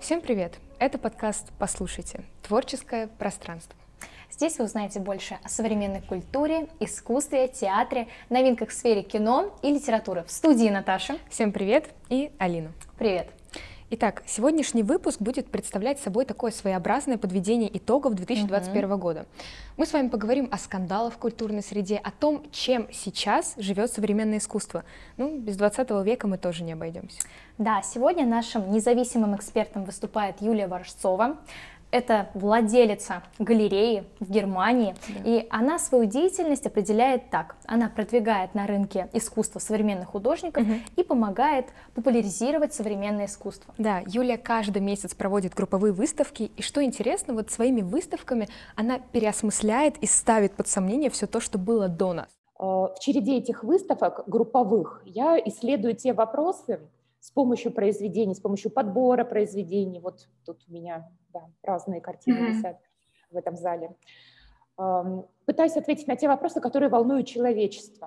Всем привет! Это подкаст «Послушайте. Творческое пространство». Здесь вы узнаете больше о современной культуре, искусстве, театре, новинках в сфере кино и литературы. В студии Наташа. Всем привет и Алина. Привет. Итак, сегодняшний выпуск будет представлять собой такое своеобразное подведение итогов 2021 года. Мы с вами поговорим о скандалах в культурной среде, о том, чем сейчас живет современное искусство. Без 20 века мы тоже не обойдемся. Да, сегодня нашим независимым экспертом выступает Юлия Ворожцова. Это владелица галереи в Германии, и она свою деятельность определяет так. Она продвигает на рынке искусство современных художников и помогает популяризировать современное искусство. Да, Юлия каждый месяц проводит групповые выставки, и что интересно, вот своими выставками она переосмысляет и ставит под сомнение все то, что было до нас. В череде этих выставок групповых я исследую те вопросы с помощью произведений, с помощью подбора произведений. Вот тут у меня разные картины висят в этом зале. Пытаюсь ответить на те вопросы, которые волнуют человечество.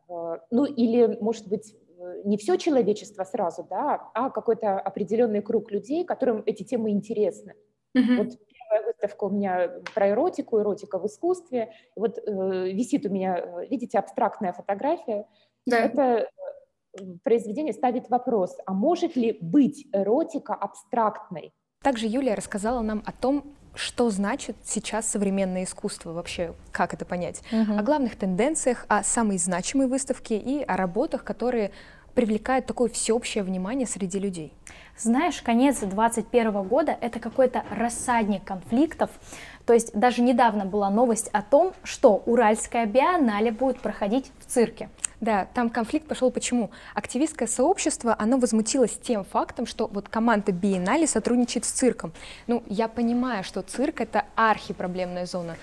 Или, может быть, не все человечество сразу, а какой-то определенный круг людей, которым эти темы интересны. Вот первая выставка у меня про эротику, эротика в искусстве. Вот висит у меня, видите, абстрактная фотография. Да. Это произведение ставит вопрос, а может ли быть эротика абстрактной? Также Юлия рассказала нам о том, что значит сейчас современное искусство, вообще, как это понять, о главных тенденциях, о самой значимой выставке и о работах, которые привлекают такое всеобщее внимание среди людей. Знаешь, конец 2021 года — это какой-то рассадник конфликтов. То есть даже недавно была новость о том, что Уральская биеннале будет проходить в цирке. Да, там конфликт пошел почему? Активистское сообщество, оно возмутилось тем фактом, что вот команда биеннале сотрудничает с цирком. Я понимаю, что цирк — это архипроблемная зона.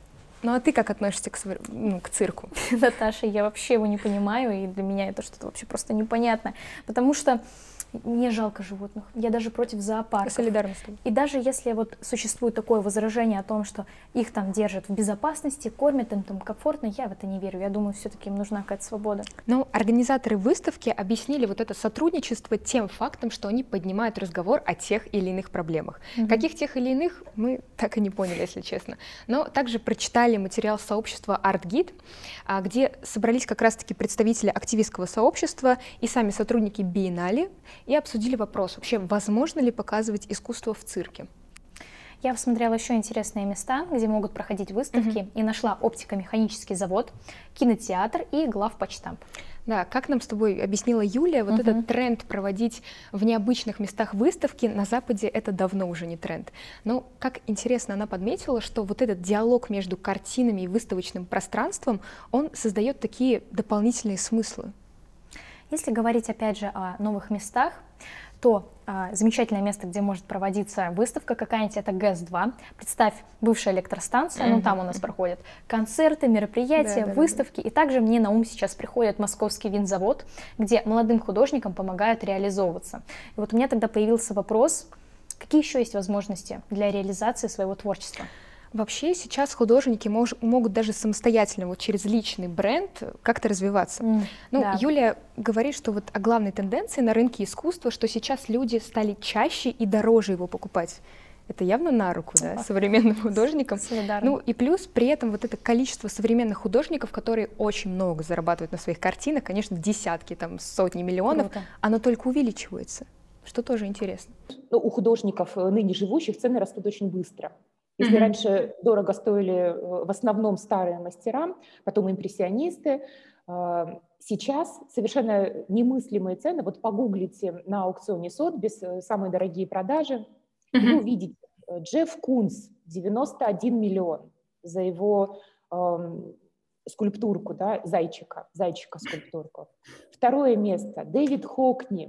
А ты как относишься к цирку? Наташа, я вообще его не понимаю, и для меня это что-то вообще просто непонятно. Потому что мне жалко животных, я даже против зоопарков. Солидарность. И даже если вот существует такое возражение о том, что их там держат в безопасности, кормят им там комфортно, я в это не верю. Я думаю, все-таки им нужна какая-то свобода. Но организаторы выставки объяснили вот это сотрудничество тем фактом, что они поднимают разговор о тех или иных проблемах. Каких тех или иных, мы так и не поняли, если честно. Но также прочитали материал сообщества ArtGuide, где собрались как раз-таки представители активистского сообщества и сами сотрудники биеннале, и обсудили вопрос, вообще, возможно ли показывать искусство в цирке. Я посмотрела еще интересные места, где могут проходить выставки, и нашла оптико-механический завод, кинотеатр и главпочтамт. Да, как нам с тобой объяснила Юлия, вот этот тренд проводить в необычных местах выставки на Западе — это давно уже не тренд. Но, как интересно, она подметила, что вот этот диалог между картинами и выставочным пространством, он создает такие дополнительные смыслы. Если говорить, опять же, о новых местах, то замечательное место, где может проводиться выставка какая-нибудь, это ГЭС-2. Представь, бывшая электростанция, там у нас проходят концерты, мероприятия, выставки. И также мне на ум сейчас приходит Московский винзавод, где молодым художникам помогают реализовываться. И вот у меня тогда появился вопрос, какие еще есть возможности для реализации своего творчества? Вообще сейчас художники могут даже самостоятельно, вот через личный бренд как-то развиваться. Юлия говорит, что вот о главной тенденции на рынке искусства, что сейчас люди стали чаще и дороже его покупать. Это явно на руку, современным художникам. И плюс при этом вот это количество современных художников, которые очень много зарабатывают на своих картинах, конечно, десятки, сотни миллионов, оно только увеличивается, что тоже интересно. У художников ныне живущих цены растут очень быстро. Если раньше дорого стоили в основном старые мастера, потом импрессионисты, сейчас совершенно немыслимые цены. Вот погуглите на аукционе Сотбис самые дорогие продажи, и вы увидите Джефф Кунс 91 миллион за его скульптурку, зайчика скульптурку. Второе место Дэвид Хокни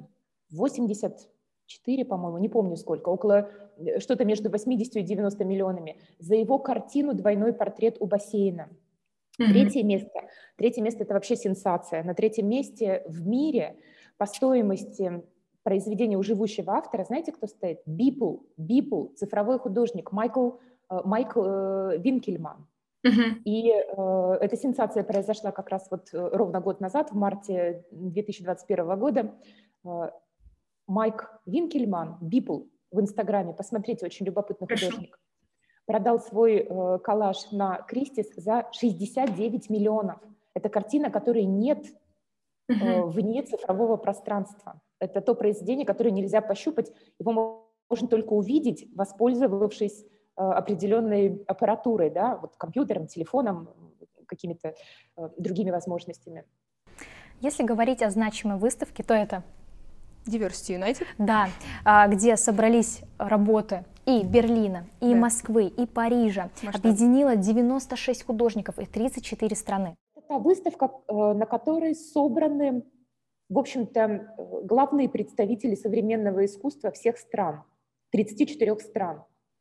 84, по-моему, не помню сколько, что-то между 80 и 90 миллионами, за его картину «Двойной портрет у бассейна». Третье место – это вообще сенсация. На третьем месте в мире по стоимости произведения у живущего автора, знаете, кто стоит? Бипл, цифровой художник Майк Винкельман. И эта сенсация произошла как раз вот ровно год назад, в марте 2021 года. Майк Винкельман, Бипл, в Инстаграме, посмотрите, очень любопытный художник, продал свой коллаж на Кристис за 69 миллионов. Это картина, которой нет вне цифрового пространства. Это то произведение, которое нельзя пощупать, его можно только увидеть, воспользовавшись определенной аппаратурой, да, вот компьютером, телефоном, какими-то другими возможностями. Если говорить о значимой выставке, то это Diversity United? Да, где собрались работы и Берлина, и Москвы, и Парижа. Объединила 96 художников и 34 страны. Это выставка, на которой собраны, в общем-то, главные представители современного искусства всех стран, 34 стран.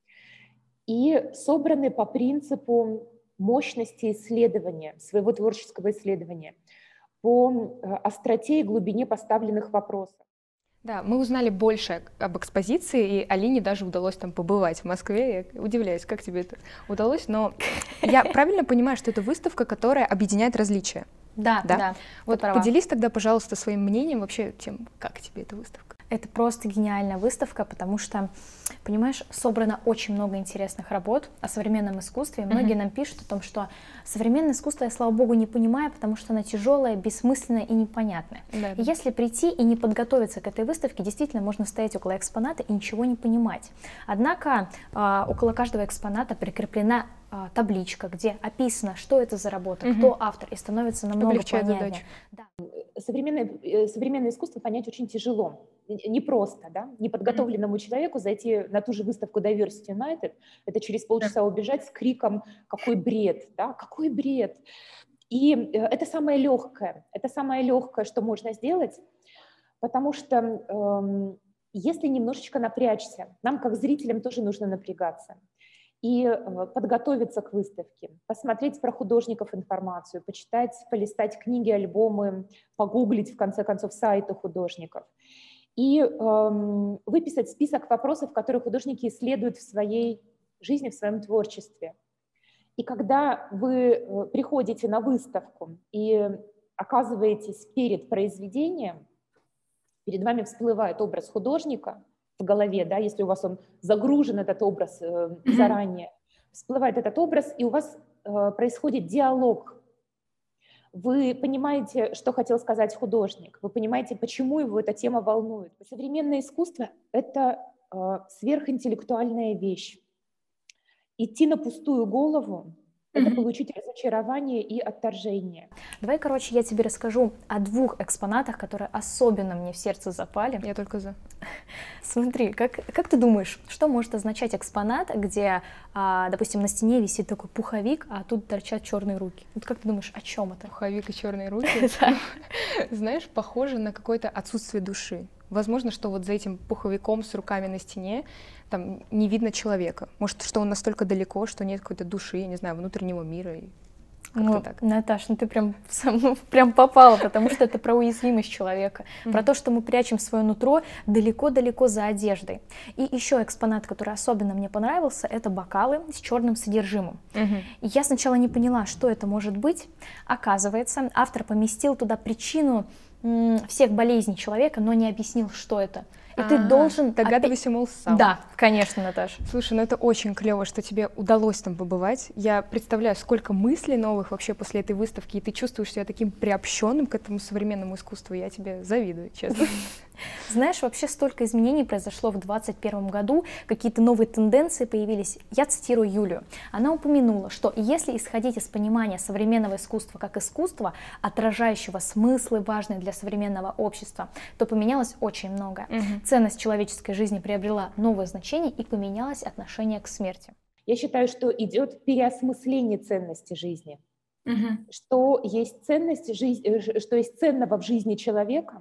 И собраны по принципу мощности исследования, своего творческого исследования, по остроте и глубине поставленных вопросов. Да, мы узнали больше об экспозиции, и Алине даже удалось там побывать в Москве. Я удивляюсь, как тебе это удалось, но я правильно понимаю, что это выставка, которая объединяет различия? Да. Вот поделись тогда, пожалуйста, своим мнением вообще тем, как тебе эта выставка. Это просто гениальная выставка, потому что, понимаешь, собрано очень много интересных работ о современном искусстве. Многие нам пишут о том, что современное искусство я, слава богу, не понимаю, потому что оно тяжелое, бессмысленное и непонятное. И если прийти и не подготовиться к этой выставке, действительно можно стоять около экспоната и ничего не понимать. Однако около каждого экспоната прикреплена табличка, где описано, что это за работа, кто автор, и становится намного понятнее. Да. Современное искусство понять очень тяжело, непросто, да? Неподготовленному человеку зайти на ту же выставку Diversity United, это через полчаса убежать с криком «какой бред!», да? «Какой бред!». И это самое легкое, что можно сделать, потому что если немножечко напрячься, нам как зрителям тоже нужно напрягаться и подготовиться к выставке, посмотреть про художников информацию, почитать, полистать книги, альбомы, погуглить, в конце концов, сайты художников и выписать список вопросов, которые художники исследуют в своей жизни, в своем творчестве. И когда вы приходите на выставку и оказываетесь перед произведением, перед вами всплывает образ художника в голове, да, если у вас он загружен, этот образ заранее, всплывает этот образ, и у вас происходит диалог. Вы понимаете, что хотел сказать художник, вы понимаете, почему его эта тема волнует. Современное искусство — это сверхинтеллектуальная вещь. Идти на пустую голову — это получить разочарование и отторжение. Давай, короче, я тебе расскажу о двух экспонатах, которые особенно мне в сердце запали. Я только за. Смотри, как ты думаешь, что может означать экспонат, где, допустим, на стене висит такой пуховик, а тут торчат черные руки? Вот как ты думаешь, о чем это? Пуховик и черные руки? Знаешь, похоже на какое-то отсутствие души. Возможно, что вот за этим пуховиком с руками на стене там не видно человека. Может, что он настолько далеко, что нет какой-то души, я не знаю, внутреннего мира. Ну, так. Наташ, ну ты прям попала, потому что это про уязвимость человека, про то, что мы прячем свое нутро далеко-далеко за одеждой. И еще экспонат, который особенно мне понравился, это бокалы с черным содержимым. И я сначала не поняла, что это может быть. Оказывается, автор поместил туда причину всех болезней человека, но не объяснил, что это. И ты должен... Догадывайся, мол, сам. Да, конечно, Наташа. Слушай, ну это очень клево, что тебе удалось там побывать. Я представляю, сколько мыслей новых вообще после этой выставки, и ты чувствуешь себя таким приобщенным к этому современному искусству. Я тебе завидую, честно. Знаешь, вообще столько изменений произошло в 2021 году, какие-то новые тенденции появились. Я цитирую Юлию. Она упомянула, что если исходить из понимания современного искусства как искусства, отражающего смыслы, важные для современного общества, то поменялось очень много. Ценность человеческой жизни приобрела новое значение и поменялось отношение к смерти. Я считаю, что идет переосмысление ценности жизни. Что есть ценность жизни, что есть ценного в жизни человека,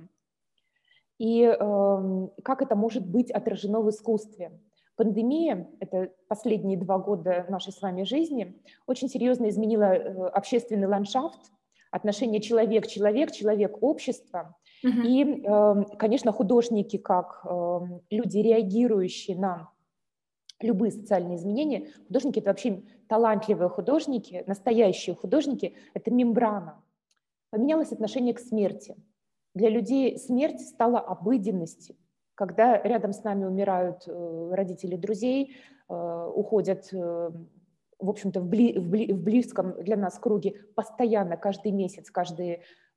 и как это может быть отражено в искусстве. Пандемия, это последние 2 года нашей с вами жизни, очень серьезно изменила общественный ландшафт, отношение человек-человек, человек-общество. И, конечно, художники, как люди, реагирующие на любые социальные изменения, художники — это вообще талантливые художники, настоящие художники — это мембрана. Поменялось отношение к смерти. Для людей смерть стала обыденностью. когда рядом с нами умирают родители друзей, уходят, в общем-то, в близком для нас круге постоянно, каждый месяц, каждый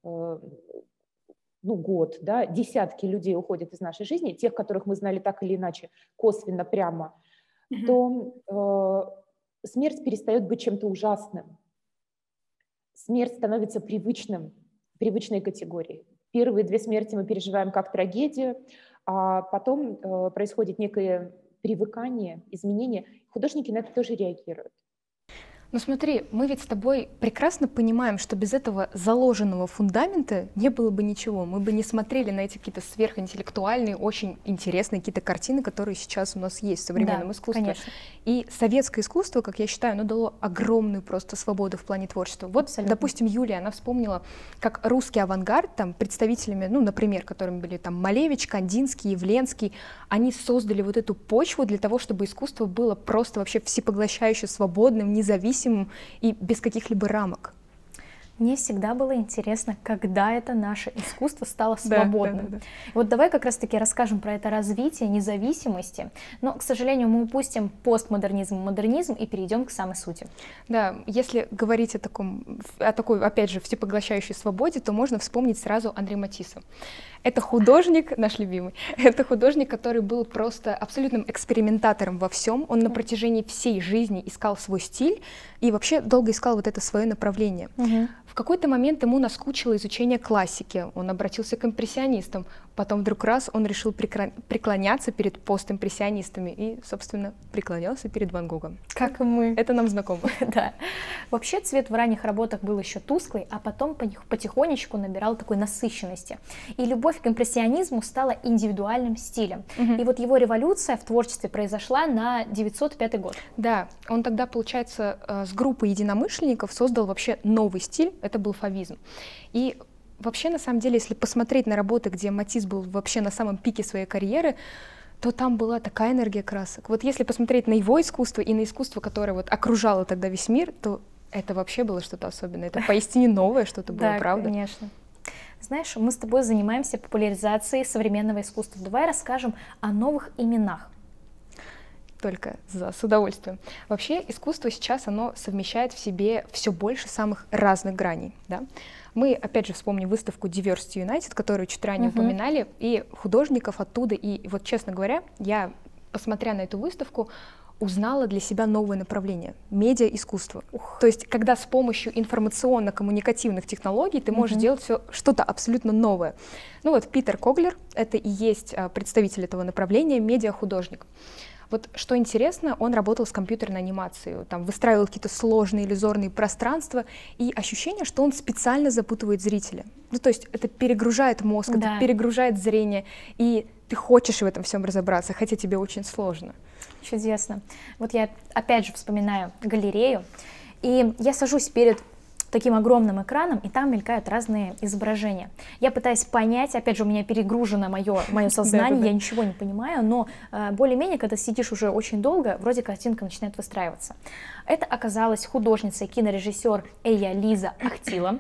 год, да, десятки людей уходят из нашей жизни, тех, которых мы знали так или иначе, косвенно, прямо, то смерть перестает быть чем-то ужасным. Смерть становится привычной категорией. Первые 2 смерти мы переживаем как трагедию, а потом происходит некое привыкание, изменение. Художники на это тоже реагируют. Ну смотри, мы ведь с тобой прекрасно понимаем, что без этого заложенного фундамента не было бы ничего. Мы бы не смотрели на эти какие-то сверхинтеллектуальные, очень интересные какие-то картины, которые сейчас у нас есть в современном искусстве. Конечно. И советское искусство, как я считаю, оно дало огромную просто свободу в плане творчества. Вот, допустим, Юлия, она вспомнила, как русский авангард, там, представителями, например, которыми были там Малевич, Кандинский, Явленский, они создали вот эту почву для того, чтобы искусство было просто вообще всепоглощающе свободным, независимым и без каких-либо рамок. Мне всегда было интересно, когда это наше искусство стало свободным. Да. Вот давай как раз-таки расскажем про это развитие независимости, но, к сожалению, мы упустим постмодернизм, модернизм и перейдем к самой сути. Да, если говорить о такой, опять же, всепоглощающей свободе, то можно вспомнить сразу Андре Матисса. Это художник, наш любимый, это художник, который был просто абсолютным экспериментатором во всем. Он на протяжении всей жизни искал свой стиль и вообще долго искал вот это свое направление. В какой-то момент ему наскучило изучение классики, он обратился к импрессионистам, потом вдруг раз он решил преклоняться перед постимпрессионистами и, собственно, преклонялся перед Ван Гогом. Как и мы. Это нам знакомо. Да. Вообще цвет в ранних работах был еще тусклый, а потом потихонечку набирал такой насыщенности. И любовь к импрессионизму стала индивидуальным стилем. И вот его революция в творчестве произошла на 905 год. Да, он тогда, получается, с группой единомышленников создал вообще новый стиль, это был фавизм. И вообще, на самом деле, если посмотреть на работы, где Матисс был вообще на самом пике своей карьеры, то там была такая энергия красок. Вот если посмотреть на его искусство и на искусство, которое вот окружало тогда весь мир, то это вообще было что-то особенное. Это поистине новое что-то было, да, правда? Конечно. Знаешь, мы с тобой занимаемся популяризацией современного искусства. Давай расскажем о новых именах. Только с удовольствием. Вообще искусство сейчас, оно совмещает в себе все больше самых разных граней. Да? Мы, опять же, вспомним выставку Diversity United, которую чуть ранее упоминали, и художников оттуда. И вот, честно говоря, я, посмотря на эту выставку, узнала для себя новое направление — медиа-искусство. То есть, когда с помощью информационно-коммуникативных технологий ты можешь делать что-то абсолютно новое. Ну вот Питер Коглер — это и есть представитель этого направления, медиа-художник. Вот что интересно, он работал с компьютерной анимацией, там выстраивал какие-то сложные иллюзорные пространства, и ощущение, что он специально запутывает зрителя. Ну, то есть это перегружает мозг, это перегружает зрение, и ты хочешь в этом всем разобраться, хотя тебе очень сложно. Чудесно. Вот я опять же вспоминаю галерею, и я сажусь перед таким огромным экраном, и там мелькают разные изображения. Я пытаюсь понять, опять же, у меня перегружено мое сознание, я ничего не понимаю, но более-менее, когда сидишь уже очень долго, вроде картинка начинает выстраиваться. Это оказалась художница и кинорежиссер Эя-Лиза Ахтила.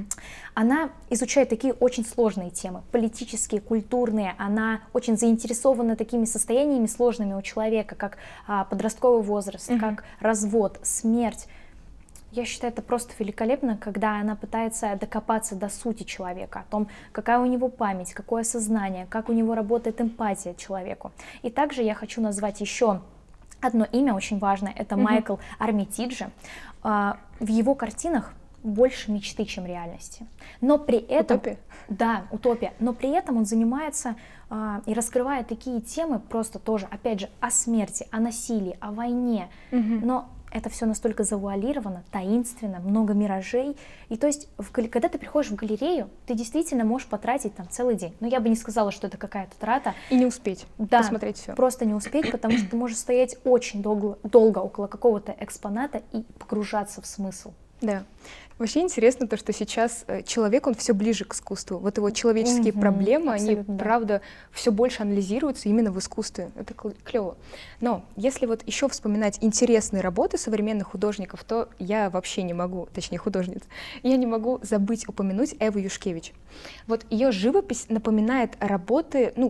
Она изучает такие очень сложные темы, политические, культурные. Она очень заинтересована такими состояниями сложными у человека, как подростковый возраст, как развод, смерть. Я считаю, это просто великолепно, когда она пытается докопаться до сути человека, о том, какая у него память, какое сознание, как у него работает эмпатия человеку. И также я хочу назвать еще одно имя очень важное, это Майкл Армитиджи. В его картинах больше мечты, чем реальности. Но при этом... Утопия? Да, утопия. Но при этом он занимается и раскрывает такие темы просто тоже, опять же, о смерти, о насилии, о войне. Но это все настолько завуалировано, таинственно, много миражей. И то есть, когда ты приходишь в галерею, ты действительно можешь потратить там целый день. Но я бы не сказала, что это какая-то трата. И не успеть посмотреть все. Просто не успеть, потому что ты можешь стоять очень долго около какого-то экспоната и погружаться в смысл. Да. Вообще интересно то, что сейчас человек, он все ближе к искусству. Вот его человеческие проблемы, они, правда, все больше анализируются именно в искусстве. Это клево. Но если вот еще вспоминать интересные работы современных художников, то я вообще не могу, точнее художниц, я не могу забыть упомянуть Эву Юшкевич. Вот ее живопись напоминает работы,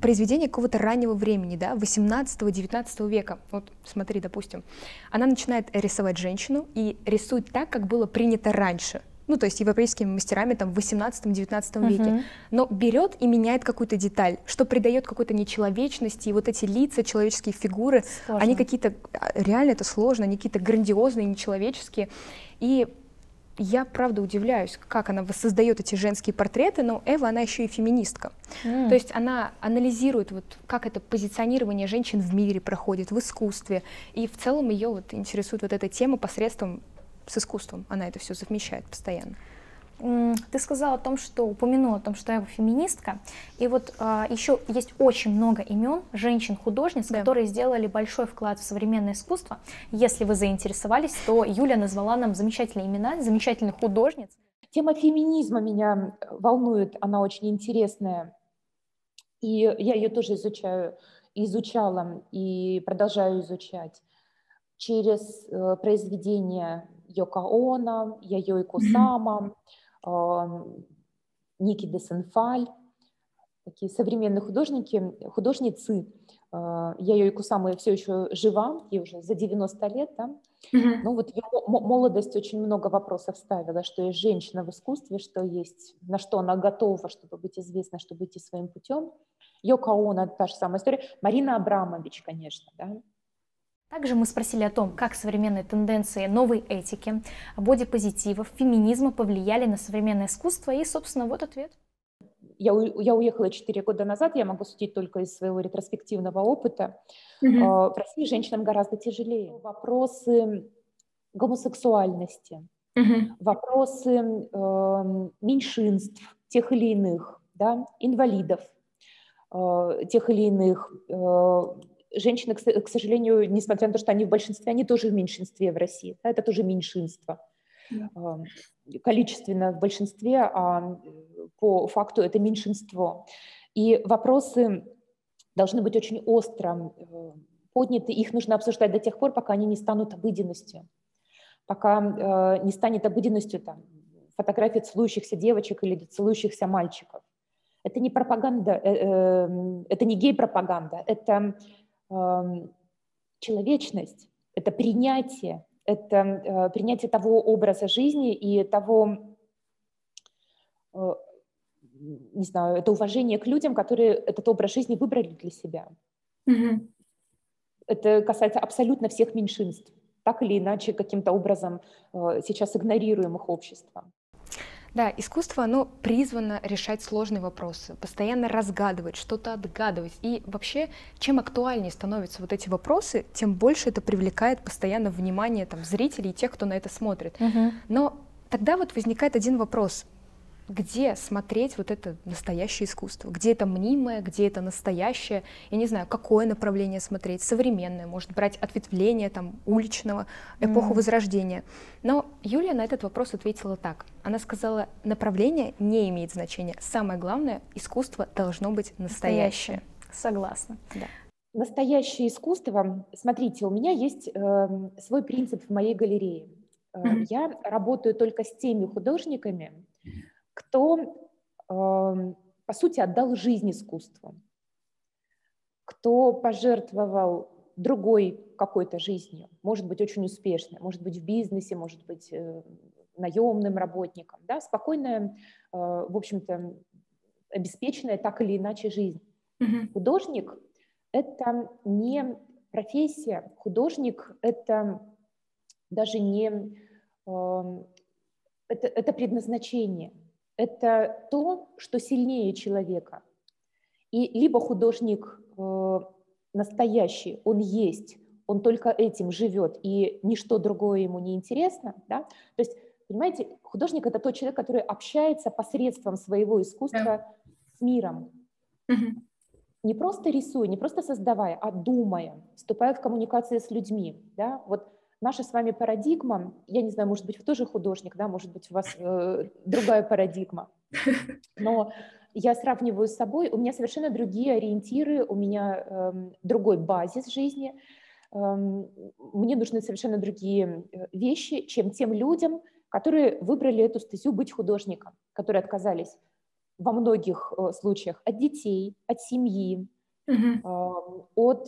произведение какого-то раннего времени, да, 18-19 века. Вот смотри, допустим, она начинает рисовать женщину и рисует так, как было принято раньше. Ну, то есть европейскими мастерами там в 18-19 веке, но берет и меняет какую-то деталь, что придает какой-то нечеловечности, и вот эти лица, человеческие фигуры, сложно. Они какие-то, реально это сложно, они какие-то грандиозные, нечеловеческие, и я, правда, удивляюсь, как она воссоздает эти женские портреты, но Эва, она еще и феминистка. То есть она анализирует, вот, как это позиционирование женщин в мире проходит, в искусстве, и в целом ее вот интересует вот эта тема посредством с искусством, она это все совмещает постоянно. Ты сказала о том, что упомянула о том, что Эва феминистка, и вот еще есть очень много имен женщин-художниц, которые сделали большой вклад в современное искусство. Если вы заинтересовались, то Юля назвала нам замечательные имена, замечательных художниц. Тема феминизма меня волнует, она очень интересная, и я ее тоже изучала и продолжаю изучать через произведения Йоко Оно, Яйо Кусама, Ники де Сенфаль, такие современные художницы. Яйо Кусама все еще жива, ей уже за 90 лет, да? Но вот ее молодость очень много вопросов ставила, что есть женщина в искусстве, что есть, на что она готова, чтобы быть известной, чтобы идти своим путем. Йоко Оно, та же самая история. Марина Абрамович, конечно, да. Также мы спросили о том, как современные тенденции новой этики, бодипозитива, феминизма повлияли на современное искусство, и, собственно, вот ответ. Я уехала 4 года назад, я могу судить только из своего ретроспективного опыта. В России женщинам гораздо тяжелее. Вопросы гомосексуальности, вопросы меньшинств, тех или иных, да, инвалидов, тех или иных. Женщины, к сожалению, несмотря на то, что они в большинстве, они тоже в меньшинстве в России. Да, это тоже меньшинство. Количественно в большинстве, а по факту это меньшинство. И вопросы должны быть очень остро подняты. Их нужно обсуждать до тех пор, пока они не станут обыденностью. Пока не станет обыденностью там, фотографии целующихся девочек или целующихся мальчиков. Это не пропаганда, это не гей-пропаганда, это человечность, это принятие того образа жизни и того, не знаю, это уважение к людям, которые этот образ жизни выбрали для себя. Это касается абсолютно всех меньшинств, так или иначе каким-то образом сейчас игнорируемых обществом. Да, искусство, оно призвано решать сложные вопросы, постоянно разгадывать, что-то отгадывать. И вообще, чем актуальнее становятся вот эти вопросы, тем больше это привлекает постоянно внимание там, зрителей и тех, кто на это смотрит. Но тогда вот возникает один вопрос. Где смотреть вот это настоящее искусство? Где это мнимое, где это настоящее? Я не знаю, какое направление смотреть, современное, может брать ответвление там, уличного, эпоху Возрождения. Но Юлия на этот вопрос ответила так. Она сказала, направление не имеет значения. Самое главное, искусство должно быть настоящее. Согласна. Да. Настоящее искусство, смотрите, у меня есть свой принцип в моей галерее. Я работаю только с теми художниками, кто, по сути, отдал жизнь искусству, кто пожертвовал другой какой-то жизнью, может быть, очень успешной, может быть, в бизнесе, может быть, наемным работником, да, спокойная, в общем-то, обеспеченная так или иначе жизнь. Художник – это не профессия, художник – это даже не… это предназначение. Это то, что сильнее человека. И либо художник настоящий, он есть, он только этим живет, и ничто другое ему не интересно. Да? То есть, понимаете, художник – это тот человек, который общается посредством своего искусства с миром. Не просто рисуя, не просто создавая, а думая, вступая в коммуникации с людьми. Да? Вот наша с вами парадигма, я не знаю, может быть, вы тоже художник, да, может быть, у вас другая парадигма, но я сравниваю с собой, у меня совершенно другие ориентиры, у меня другой базис жизни, мне нужны совершенно другие вещи, чем тем людям, которые выбрали эту стезю быть художником, которые отказались во многих случаях от детей, от семьи, от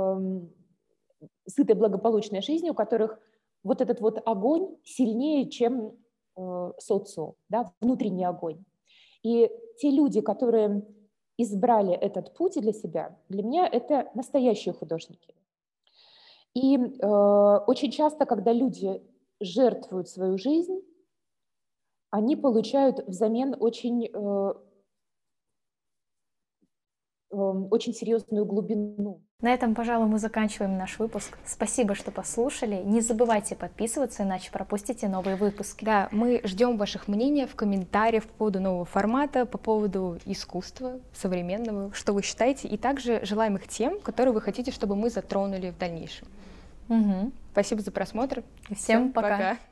сытой благополучной жизни, у которых вот этот вот огонь сильнее, чем социум, да, внутренний огонь. И те люди, которые избрали этот путь для себя, для меня это настоящие художники. И очень часто, когда люди жертвуют свою жизнь, они получают взамен очень серьезную глубину. На этом, пожалуй, мы заканчиваем наш выпуск. Спасибо, что послушали. Не забывайте подписываться, иначе пропустите новые выпуски. Да, мы ждем ваших мнений в комментариях по поводу нового формата, по поводу искусства современного, что вы считаете, и также желаемых тем, которые вы хотите, чтобы мы затронули в дальнейшем. Спасибо за просмотр. Всем пока.